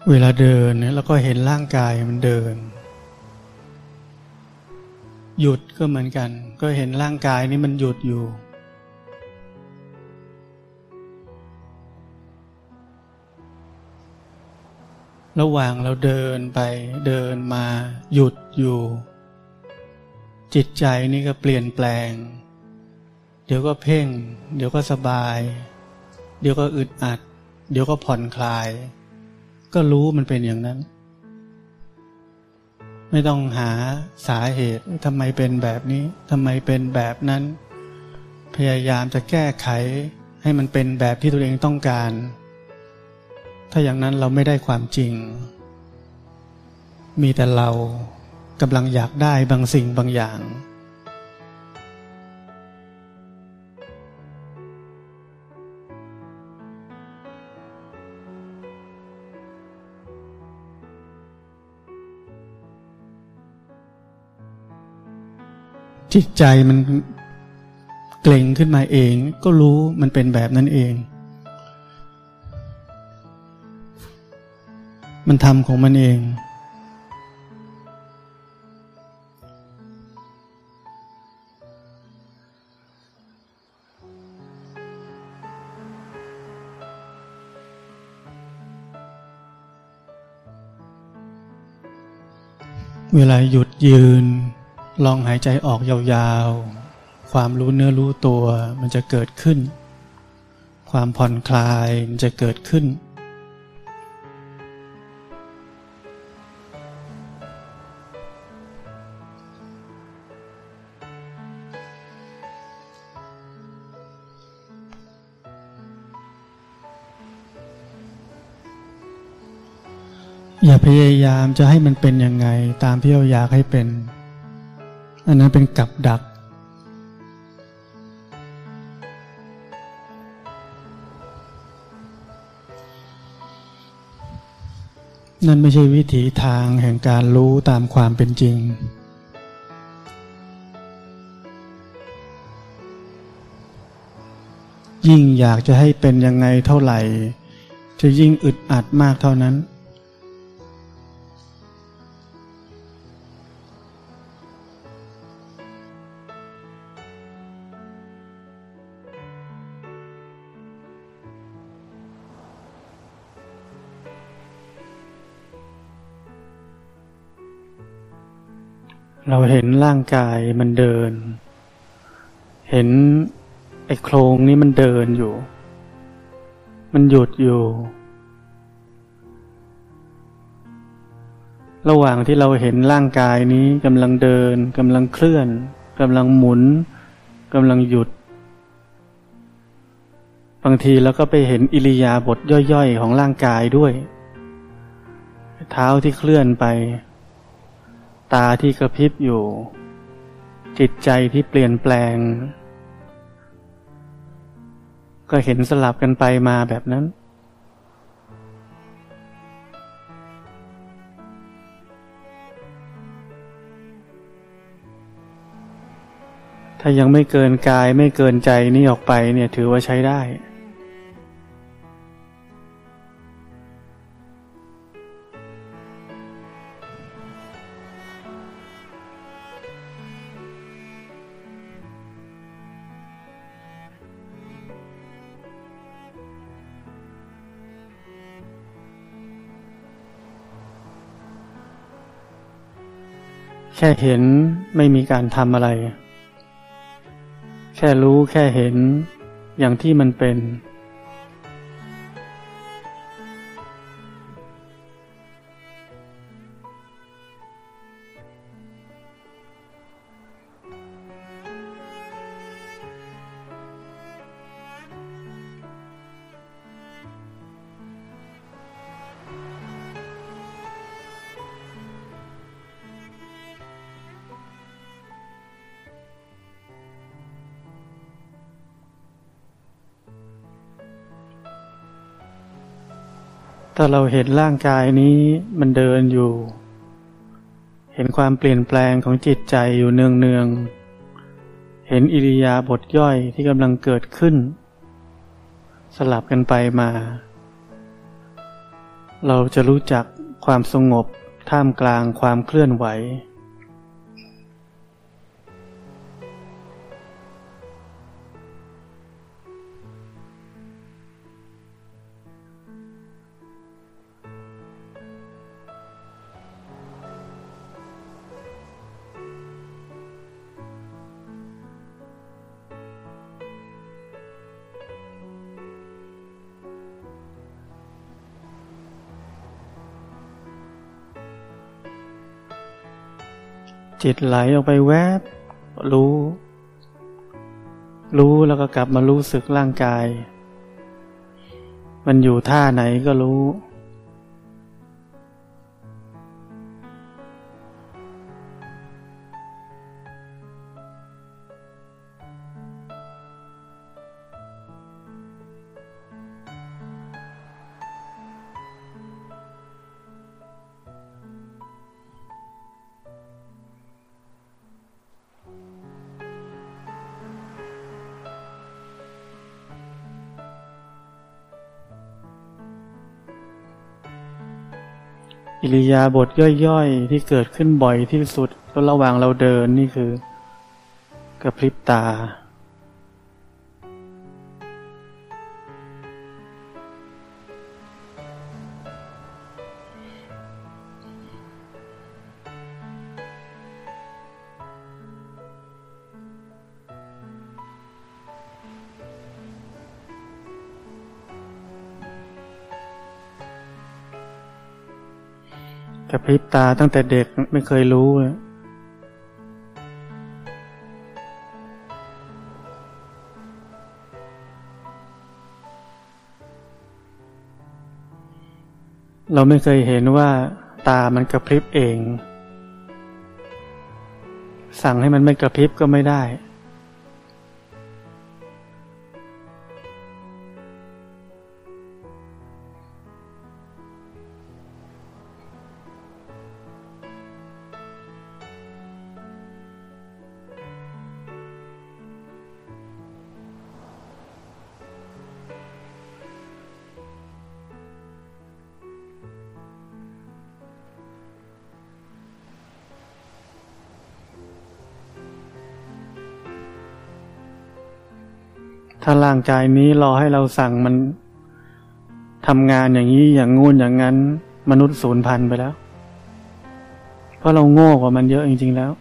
เวลาเดินเนี่ยเราก็เห็นร่างกายมันเดินหยุดก็เหมือนกันก็เห็นร่างกายนี้มันหยุดอยู่ระหว่างเราเดินไปเดินมาหยุดอยู่จิตใจนี่ก็เปลี่ยนแปลงเดี๋ยวก็เพ่งเดี๋ยวก็สบายเดี๋ยวก็อึดอัดเดี๋ยวก็ผ่อนคลายก็รู้มันเป็นอย่างนั้นไม่ต้องหาสาเหตุทำไมเป็นแบบนี้ทำไมเป็นแบบนั้นพยายามจะแก้ไขให้มันเป็นแบบที่ตัวเองต้องการถ้าอย่างนั้นเราไม่ได้ความจริงมีแต่เรากำลังอยากได้บางสิ่งบางอย่างจิตใจมันเกร็งขึ้นมาเองก็รู้มันเป็นแบบนั้นเองมันทำของมันเองเวลาหยุดยืนลองหายใจออกยาวๆความรู้เนื้อรู้ตัวมันจะเกิดขึ้นความผ่อนคลายมันจะเกิดขึ้นอย่าพยายามจะให้มันเป็นยังไงตามที่เราอยากให้เป็นอันนั้นเป็นกับดักนั่นไม่ใช่วิถีทางแห่งการรู้ตามความเป็นจริงยิ่งอยากจะให้เป็นยังไงเท่าไหร่จะยิ่งอึดอัดมากเท่านั้นเราเห็นร่างกายมันเดินเห็นไอ้โครงนี้มันเดินอยู่มันหยุดอยู่ระหว่างที่เราเห็นร่างกายนี้กำลังเดินกำลังเคลื่อนกำลังหมุนกำลังหยุดบางทีเราก็ไปเห็นอิริยาบถย่อยๆของร่างกายด้วยเท้าที่เคลื่อนไปตาที่กระพริบอยู่จิตใจที่เปลี่ยนแปลงก็เห็นสลับกันไปมาแบบนั้นถ้ายังไม่เกินกายไม่เกินใจนี่ออกไปเนี่ยถือว่าใช้ได้แค่เห็นไม่มีการทำอะไรแค่รู้แค่เห็นอย่างที่มันเป็น ถ้าเราเห็นร่างกายนี้มันเดินอยู่เห็นความเปลี่ยนแปลงของจิตใจอยู่เนืองๆเห็นอิริยาบถย่อยที่กำลังเกิดขึ้นสลับกันไปมาเราจะรู้จักความสงบท่ามกลางความเคลื่อนไหวจิตไหลออกไปแวบรู้แล้วก็กลับมารู้สึกร่างกายมันอยู่ท่าไหนก็รู้อิริยาบถย่อยๆที่เกิดขึ้นบ่อยที่สุดแล้วระหว่างเราเดินนี่คือกระพริบตากระพริบตาตั้งแต่เด็กไม่เคยรู้เลยเราไม่เคยเห็นว่าตามันกระพริบเองสั่งให้มันไม่กระพริบก็ไม่ได้ถ้าร่างกายนี้รอให้เราสั่งมันทำงานอย่างนี้อย่างงู้นอย่างนั้นมนุษย์สูญพันธุ์ไปแล้วเพราะเราโง่กว่ามันเยอะจริงๆแล้ว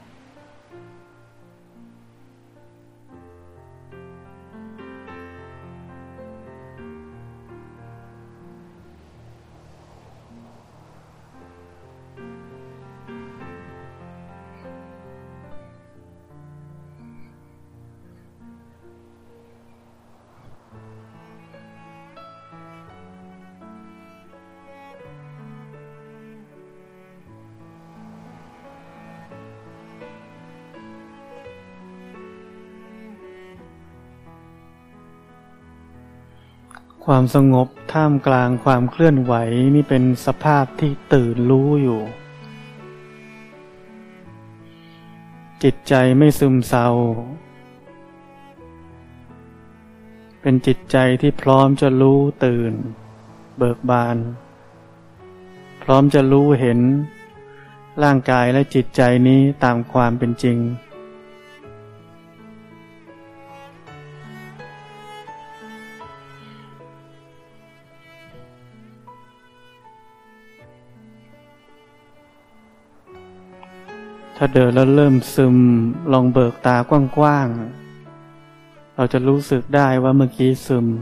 ความสงบท่ามกลางความเคลื่อนไหวนี่เป็นสภาพที่ตื่นรู้อยู่จิตใจไม่ซึมเศร้าเป็นจิตใจที่พร้อมจะรู้ตื่นเบิกบานพร้อมจะรู้เห็นร่างกายและจิตใจนี้ตามความเป็นจริงถ้าเดินแล้วเริ่มซึมลองเบิกตากว้างๆเราจะรู้สึกได้ว่าเมื่อกี้ซึม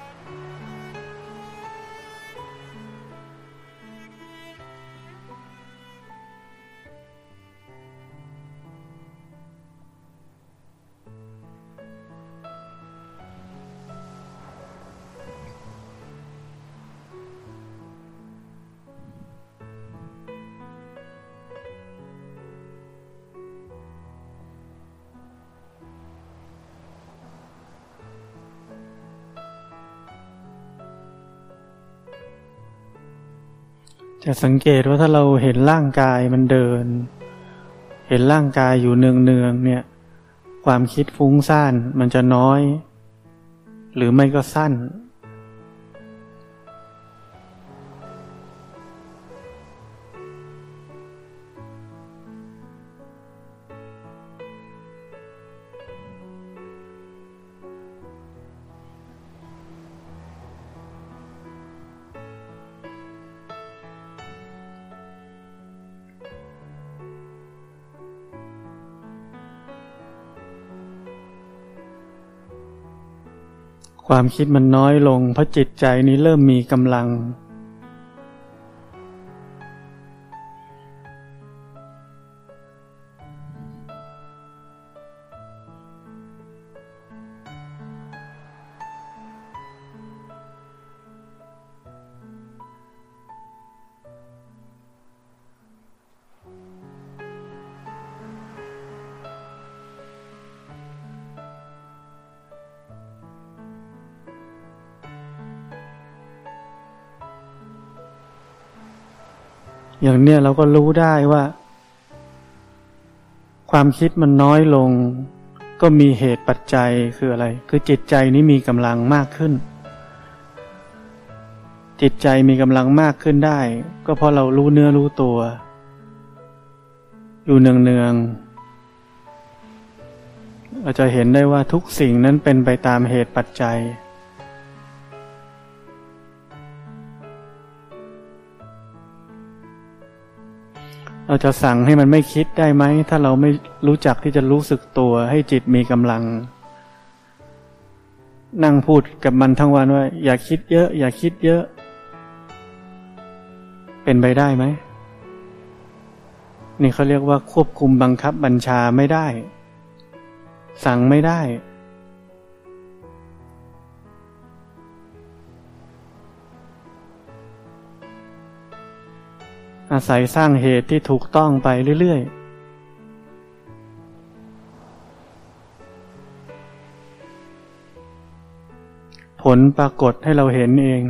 จะสังเกตว่าถ้าเราเห็นร่างกายมันเดินเห็นร่างกายอยู่เนืองๆเนี่ยความคิดฟุ้งซ่านมันจะน้อยหรือไม่ก็สั้นความคิดมันน้อยลงเพราะจิตใจนี้เริ่มมีกำลังอย่างเนี้ยเราก็รู้ได้ว่าความคิดมันน้อยลงก็มีเหตุปัจจัยคืออะไรคือจิตใจนี้มีกำลังมากขึ้นจิตใจมีกำลังมากขึ้นได้ก็เพราะเรารู้เนื้อรู้ตัวอยู่เนืองๆเราจะเห็นได้ว่าทุกสิ่งนั้นเป็นไปตามเหตุปัจจัยเราจะสั่งให้มันไม่คิดได้ไหมถ้าเราไม่รู้จักที่จะรู้สึกตัวให้จิตมีกำลังนั่งพูดกับมันทั้งวันว่าอย่าคิดเยอะอย่าคิดเยอะเป็นไปได้ไหมนี่เขาเรียกว่าควบคุมบังคับบัญชาไม่ได้สั่งไม่ได้อาศัยสร้างเหตุที่ถูกต้องไปเรื่อยๆผลปรากฏให้เราเห็นเอง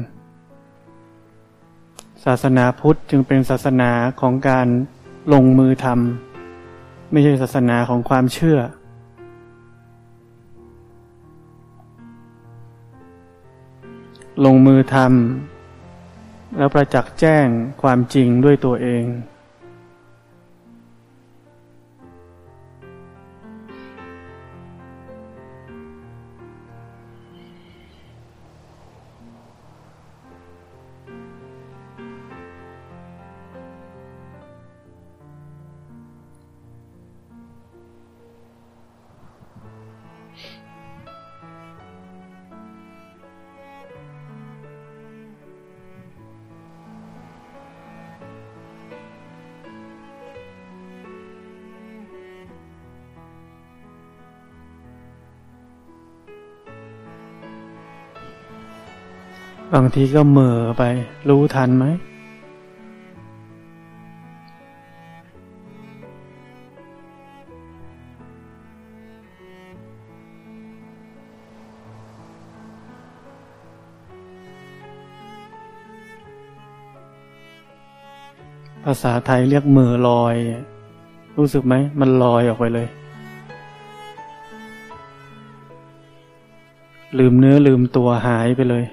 ศาสนาพุทธจึงเป็นศาสนาของการลงมือทำไม่ใช่ศาสนาของความเชื่อลงมือทำแล้วประจักษ์แจ้งความจริงด้วยตัวเองบางทีก็เหม่อไปรู้ทันไหมภาษาไทยเรียกเหม่อลอยรู้สึกไหมมันลอยออกไปเลยลืมเนื้อลืมตัวหายไปเลย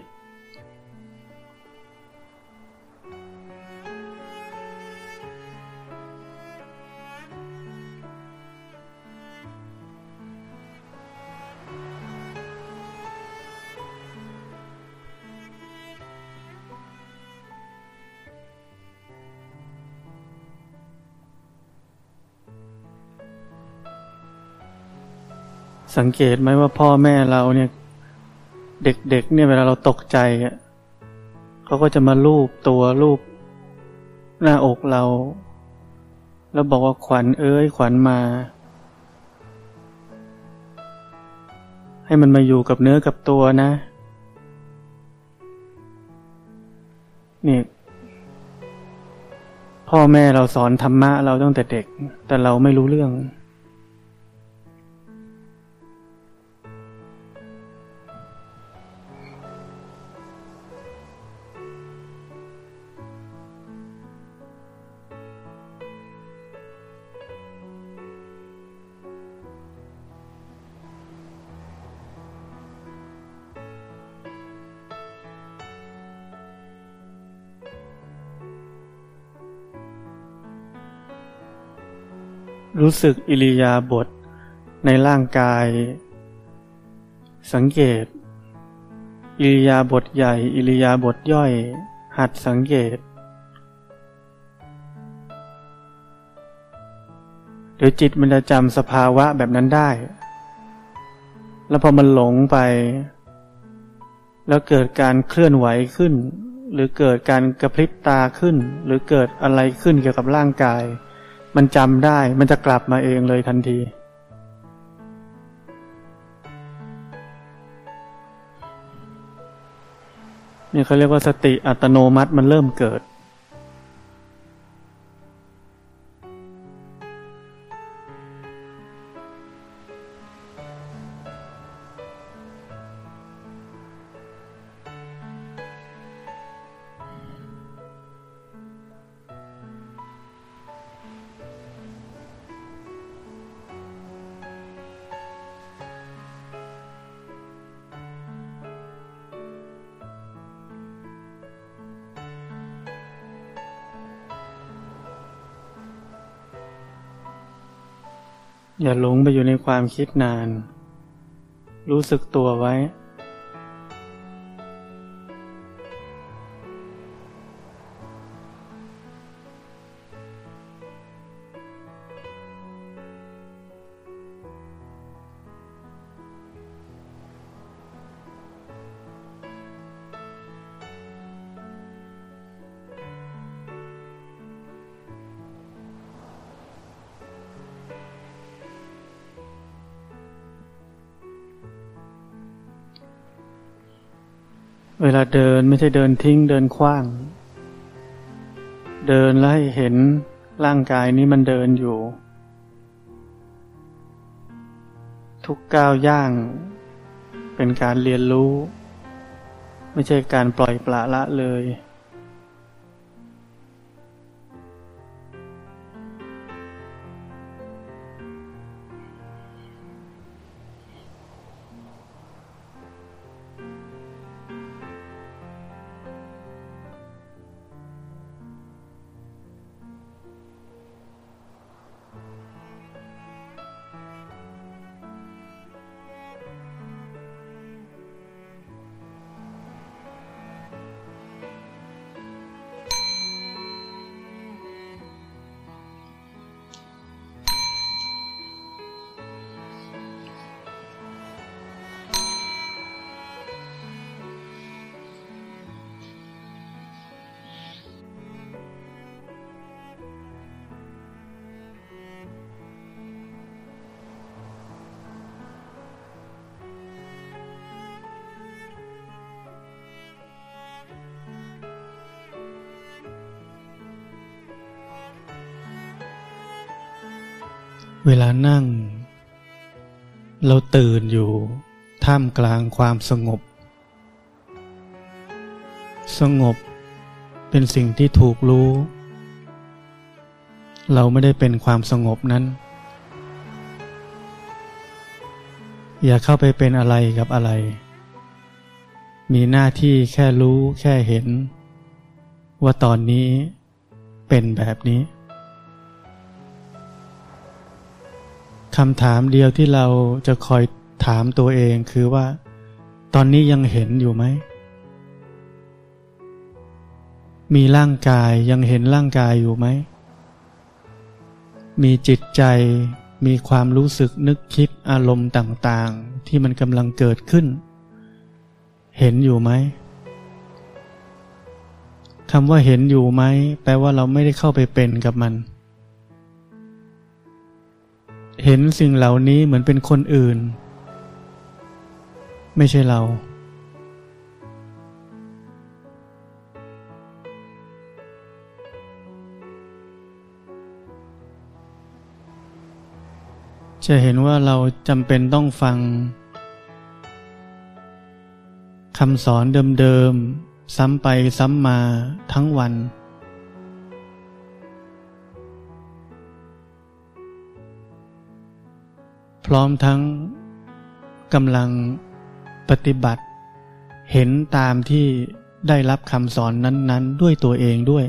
สังเกตไหมว่าพ่อแม่เราเนี่ยเด็กๆเนี่ยเวลาเราตกใจเขาก็จะมาลูบตัวลูบหน้าอกเราแล้วบอกว่าขวัญเอ้ยขวัญมาให้มันมาอยู่กับเนื้อกับตัวนะนี่พ่อแม่เราสอนธรรมะเราตั้งแต่เด็กแต่เราไม่รู้เรื่องรู้สึกอิริยาบถในร่างกายสังเกตอิริยาบถใหญ่อิริยาบถย่อยหัดสังเกตเดี๋ยวจิตมันจะจำสภาวะแบบนั้นได้แล้วพอมันหลงไปแล้วเกิดการเคลื่อนไหวขึ้นหรือเกิดการกระพริบตาขึ้นหรือเกิดอะไรขึ้นเกี่ยวกับร่างกายมันจำได้มันจะกลับมาเองเลยทันทีนี่เขาเรียกว่าสติอัตโนมัติมันเริ่มเกิดอย่าหลงไปอยู่ในความคิดนานรู้สึกตัวไว้เวลาเดินไม่ใช่เดินทิ้งเดินขว้างเดินแล้วให้เห็นร่างกายนี้มันเดินอยู่ทุกก้าวย่างเป็นการเรียนรู้ไม่ใช่การปล่อยปละละเลยเวลานั่งเราตื่นอยู่ท่ามกลางความสงบสงบเป็นสิ่งที่ถูกรู้เราไม่ได้เป็นความสงบนั้นอย่าเข้าไปเป็นอะไรกับอะไรมีหน้าที่แค่รู้แค่เห็นว่าตอนนี้เป็นแบบนี้คำถามเดียวที่เราจะคอยถามตัวเองคือว่าตอนนี้ยังเห็นอยู่ไหมมีร่างกายยังเห็นร่างกายอยู่ไหมมีจิตใจมีความรู้สึกนึกคิดอารมณ์ต่างๆที่มันกำลังเกิดขึ้นเห็นอยู่ไหมคำว่าเห็นอยู่ไหมแปลว่าเราไม่ได้เข้าไปเป็นกับมันเห็นสิ่งเหล่านี้เหมือนเป็นคนอื่นไม่ใช่เราจะเห็นว่าเราจำเป็นต้องฟังคำสอนเดิมๆซ้ำไปซ้ำมาทั้งวันพร้อมทั้งกำลังปฏิบัติเห็นตามที่ได้รับคำสอนนั้นๆด้วยตัวเองด้วย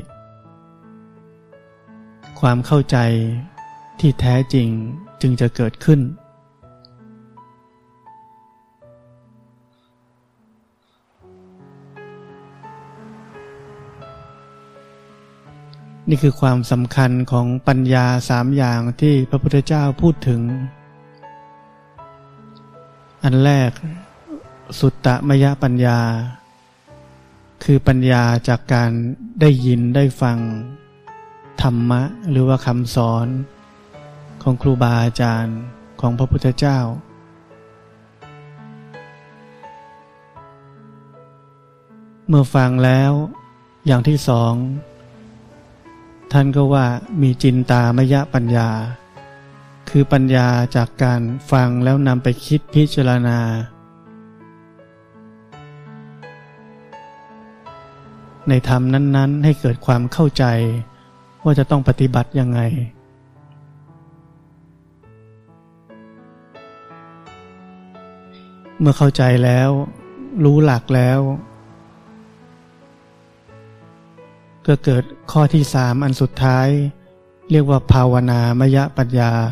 ความเข้าใจที่แท้จริงจึงจะเกิดขึ้นนี่คือความสำคัญของปัญญา3อย่างที่พระพุทธเจ้าพูดถึงอันแรกสุตตมยปัญญาคือปัญญาจากการได้ยินได้ฟังธรรมะหรือว่าคำสอนของครูบาอาจารย์ของพระพุทธเจ้าเมื่อฟังแล้วอย่างที่สองท่านก็ว่ามีจินตามยปัญญาคือปัญญาจากการฟังแล้วนำไปคิดพิจารณาในธรรมนั้นๆให้เกิดความเข้าใจว่าจะต้องปฏิบัติยังไงเมื่อเข้าใจแล้วรู้หลักแล้วก็เกิดข้อที่3อันสุดท้ายเรียกว่าภาวนามยปัญญา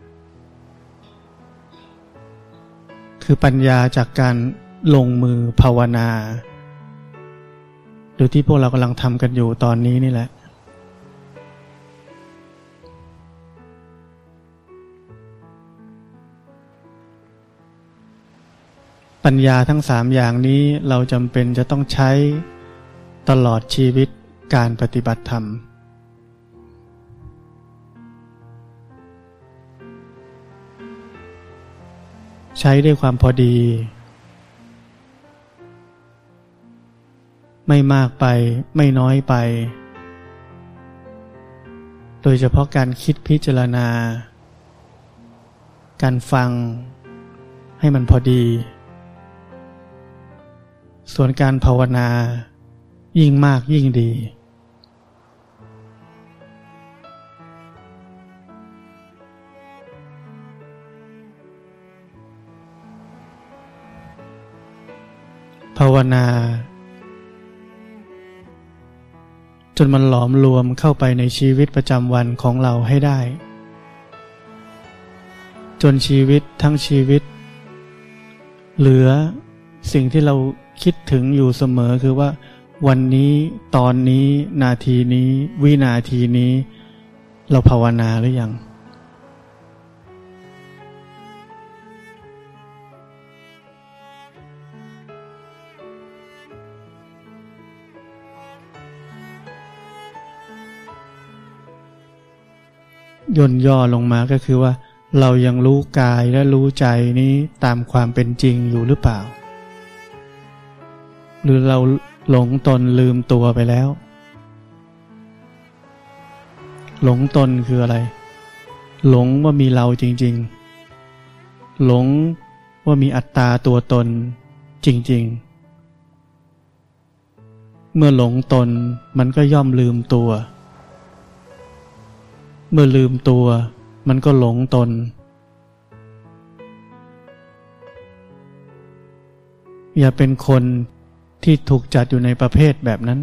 คือปัญญาจากการลงมือภาวนาหรือที่พวกเรากำลังทำกันอยู่ตอนนี้นี่แหละปัญญาทั้ง3อย่างนี้เราจำเป็นจะต้องใช้ตลอดชีวิตการปฏิบัติธรรมใช้ด้วยความพอดีไม่มากไปไม่น้อยไปโดยเฉพาะการคิดพิจารณาการฟังให้มันพอดีส่วนการภาวนายิ่งมากยิ่งดีภาวนาจนมันหลอมรวมเข้าไปในชีวิตประจำวันของเราให้ได้จนชีวิตทั้งชีวิตเหลือสิ่งที่เราคิดถึงอยู่เสมอคือว่าวันนี้ตอนนี้นาทีนี้วินาทีนี้เราภาวนาหรือยังย่นย่อลงมาก็คือว่าเรายังรู้กายและรู้ใจนี้ตามความเป็นจริงอยู่หรือเปล่าหรือเราหลงตนลืมตัวไปแล้วหลงตนคืออะไรหลงว่ามีเราจริงๆหลงว่ามีอัตตาตัวตนจริงๆเมื่อหลงตนมันก็ย่อมลืมตัวเมื่อลืมตัวมันก็หลงตนอย่าเป็นคนที่ถูกจัดอยู่ในประเภทแบบนั้น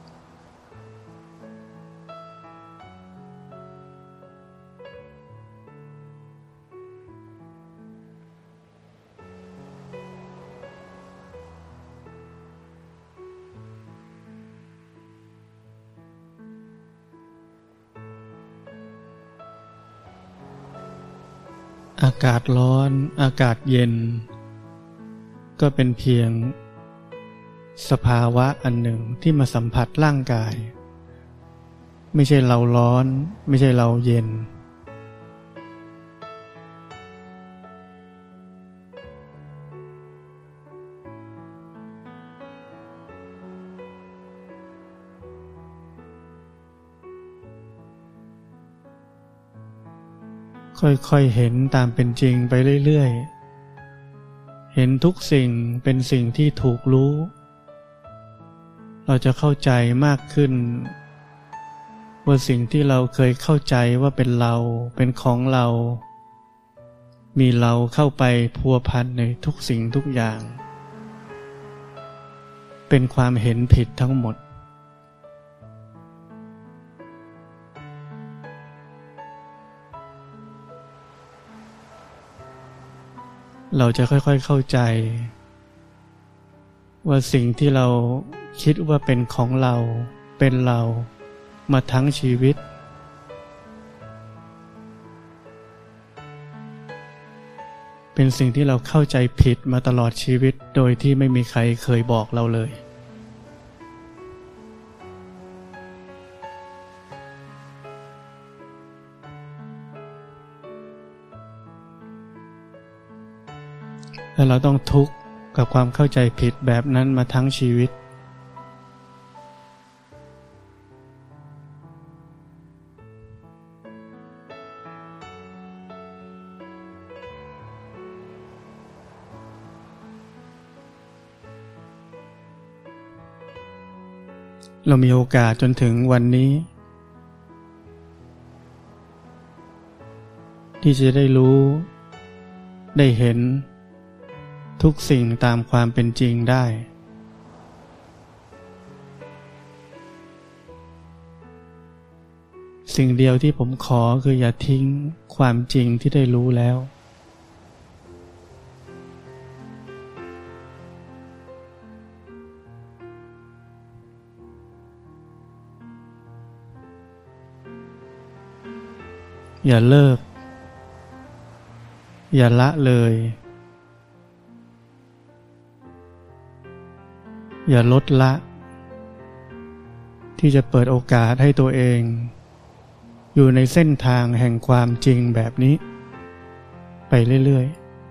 อากาศร้อนอากาศเย็นก็เป็นเพียงสภาวะอันหนึ่งที่มาสัมผัสร่างกายไม่ใช่เราร้อนไม่ใช่เราเย็นค่อยๆเห็นตามเป็นจริงไปเรื่อยๆเห็นทุกสิ่งเป็นสิ่งที่ถูกรู้เราจะเข้าใจมากขึ้นว่าสิ่งที่เราเคยเข้าใจว่าเป็นเราเป็นของเรามีเราเข้าไปพัวพันในทุกสิ่งทุกอย่างเป็นความเห็นผิดทั้งหมดเราจะค่อยๆเข้าใจว่าสิ่งที่เราคิดว่าเป็นของเราเป็นเรามาทั้งชีวิตเป็นสิ่งที่เราเข้าใจผิดมาตลอดชีวิตโดยที่ไม่มีใครเคยบอกเราเลยและเราต้องทุกข์กับความเข้าใจผิดแบบนั้นมาทั้งชีวิตเรามีโอกาสจนถึงวันนี้ที่จะได้รู้ได้เห็นทุกสิ่งตามความเป็นจริงได้สิ่งเดียวที่ผมขอคืออย่าทิ้งความจริงที่ได้รู้แล้วอย่าเลิกอย่าละเลยอย่าลดละที่จะเปิดโอกาสให้ตัวเองอยู่ในเส้นทางแห่งความจริงแบบนี้ไปเรื่อย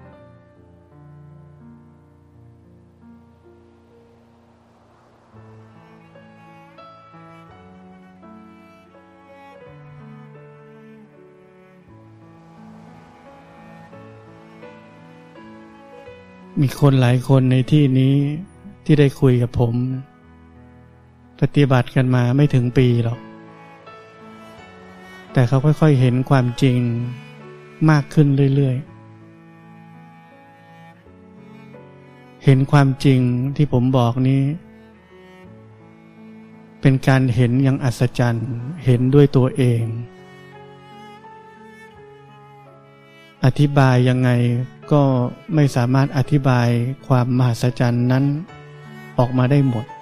ๆมีคนหลายคนในที่นี้ที่ได้คุยกับผมปฏิบัติกันมาไม่ถึงปีหรอกแต่เขาค่อยๆเห็นความจริงมากขึ้นเรื่อยๆเห็นความจริงที่ผมบอกนี้เป็นการเห็นอย่างอัศจรรย์เห็นด้วยตัวเองอธิบายยังไงก็ไม่สามารถอธิบายความมหัศจรรย์นั้นออกมาได้หมด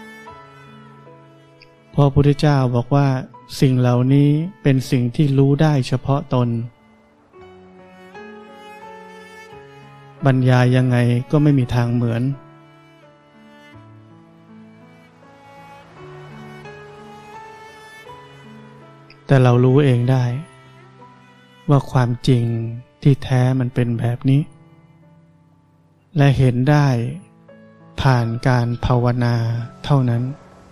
เพราะพระพุทธเจ้าบอกว่าสิ่งเหล่านี้เป็นสิ่งที่รู้ได้เฉพาะตนบรรยายยังไงก็ไม่มีทางเหมือนแต่เรารู้เองได้ว่าความจริงที่แท้มันเป็นแบบนี้และเห็นได้ผ่านการภาวนาเท่านั้น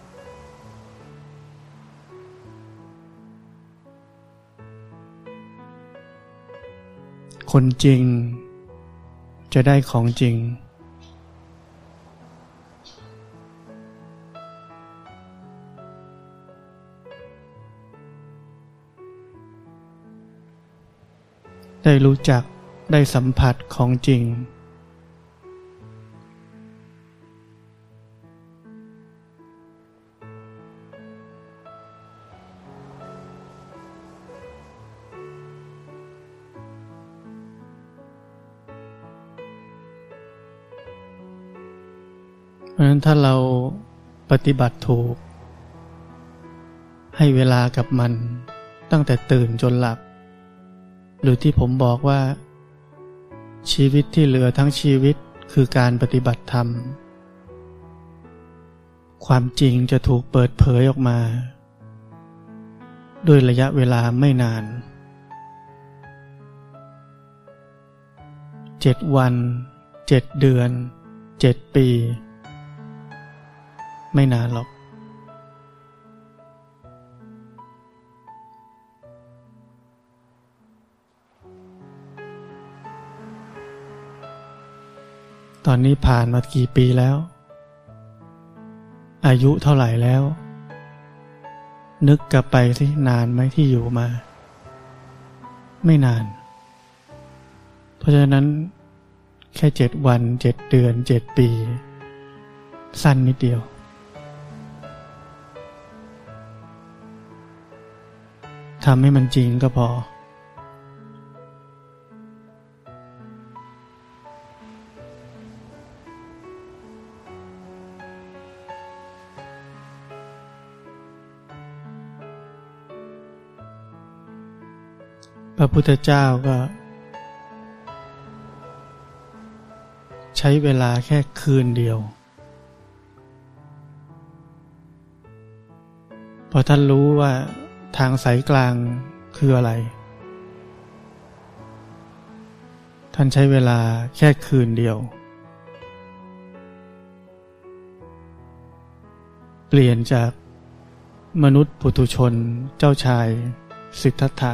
คนจริงจะได้ของจริงได้รู้จักได้สัมผัสของจริงเพราะฉะนั้นถ้าเราปฏิบัติถูกให้เวลากับมันตั้งแต่ตื่นจนหลับหรือที่ผมบอกว่าชีวิตที่เหลือทั้งชีวิตคือการปฏิบัติธรรมความจริงจะถูกเปิดเผยออกมาด้วยระยะเวลาไม่นาน7 วัน7 เดือน7 ปีไม่นานหรอกตอนนี้ผ่านมากี่ปีแล้วอายุเท่าไหร่แล้วนึกกลับไปสินานไหมที่อยู่มาไม่นานเพราะฉะนั้นแค่7 วัน7 เดือน7 ปีสั้นนิดเดียวทำให้มันจริงก็พอพระพุทธเจ้าก็ช้เวลาแค่คืนเดียวพอท่านรู้ว่าทางสายกลางคืออะไรท่านใช้เวลาแค่คืนเดียวเปลี่ยนจากมนุษย์ปุถุชนเจ้าชายสิทธัตถะ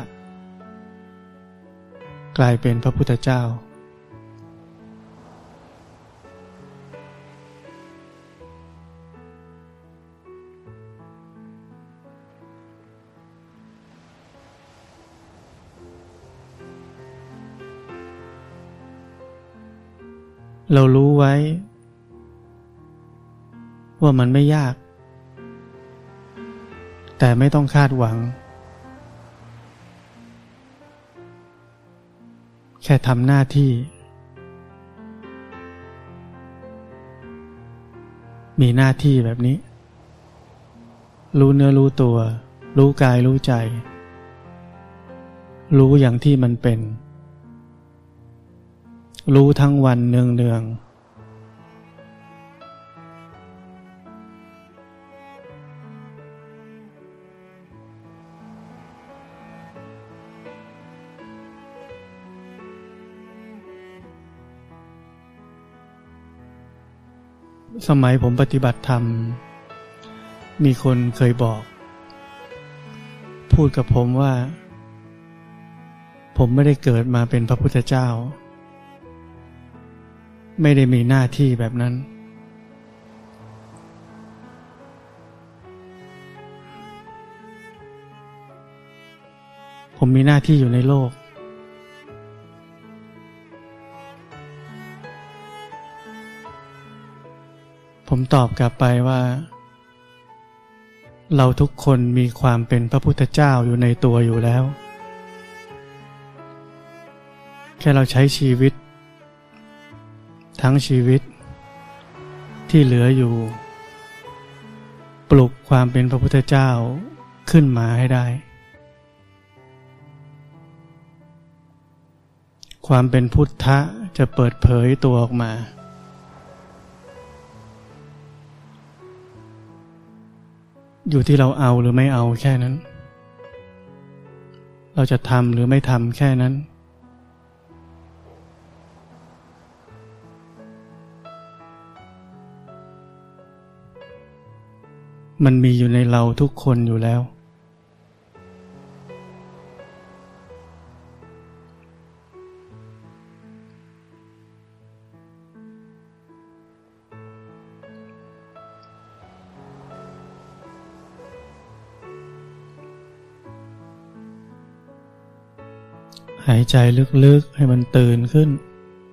กลายเป็นพระพุทธเจ้าเรารู้ไว้ว่ามันไม่ยากแต่ไม่ต้องคาดหวังแค่ทำหน้าที่มีหน้าที่แบบนี้รู้เนื้อรู้ตัวรู้กายรู้ใจรู้อย่างที่มันเป็นรู้ทั้งวันเนืองสมัยผมปฏิบัติธรรมมีคนเคยบอกพูดกับผมว่าผมไม่ได้เกิดมาเป็นพระพุทธเจ้าไม่ได้มีหน้าที่แบบนั้นผมมีหน้าที่อยู่ในโลกผมตอบกลับไปว่าเราทุกคนมีความเป็นพระพุทธเจ้าอยู่ในตัวอยู่แล้วแค่เราใช้ชีวิตทั้งชีวิตที่เหลืออยู่ปลุกความเป็นพระพุทธเจ้าขึ้นมาให้ได้ความเป็นพุทธะจะเปิดเผยตัวออกมาอยู่ที่เราเอาหรือไม่เอาแค่นั้นเราจะทำหรือไม่ทำแค่นั้นมันมีอยู่ในเราทุกคนอยู่แล้วหายใจลึกๆให้มันตื่นขึ้น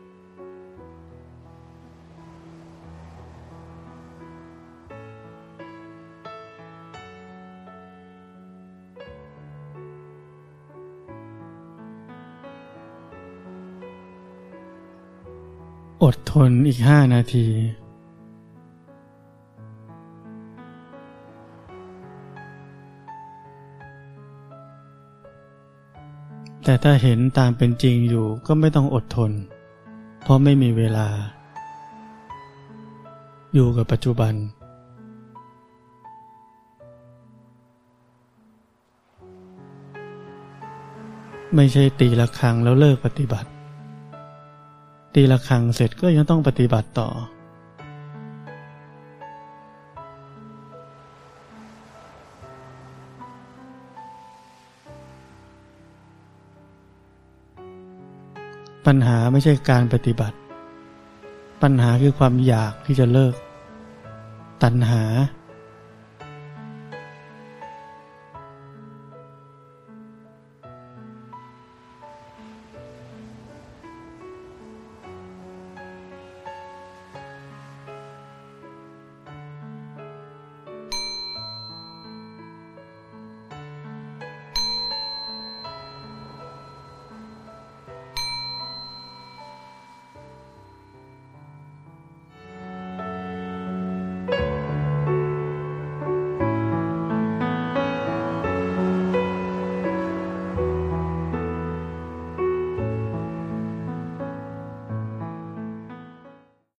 อดทนอีก5 นาทีแต่ถ้าเห็นตามเป็นจริงอยู่ก็ไม่ต้องอดทนเพราะไม่มีเวลาอยู่กับปัจจุบันไม่ใช่ตีละครั้งแล้วเลิกปฏิบัติตีละครั้งเสร็จก็ยังต้องปฏิบัติต่อปัญหาไม่ใช่การปฏิบัติปัญหาคือความอยากที่จะเลิกตัณหา